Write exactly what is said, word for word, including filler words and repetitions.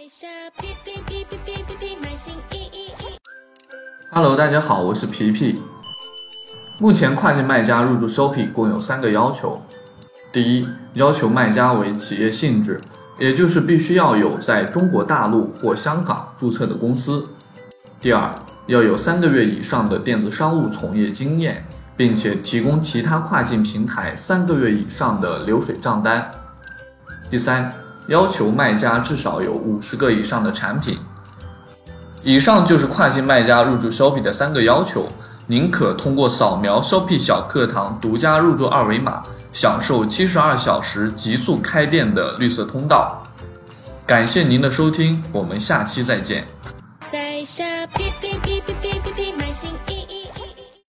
Hello， 大家好，我是皮皮。目前跨境卖家入驻 Shopee 共有三个要求。第一，要求卖家为企业性质，也就是必须要有在中国大陆或香港注册的公司。第二，要有三个月以上的电子商务从业经验，并且提供其他跨境平台三个月以上的流水账单。第三，要求卖家至少有五十个以上的产品。以上就是跨境卖家入驻 Shopee 的三个要求，您可通过扫描 Shopee 小课堂独家入驻二维码，享受七十二小时极速开店的绿色通道。感谢您的收听，我们下期再见。在下皮皮皮皮皮皮皮买新衣。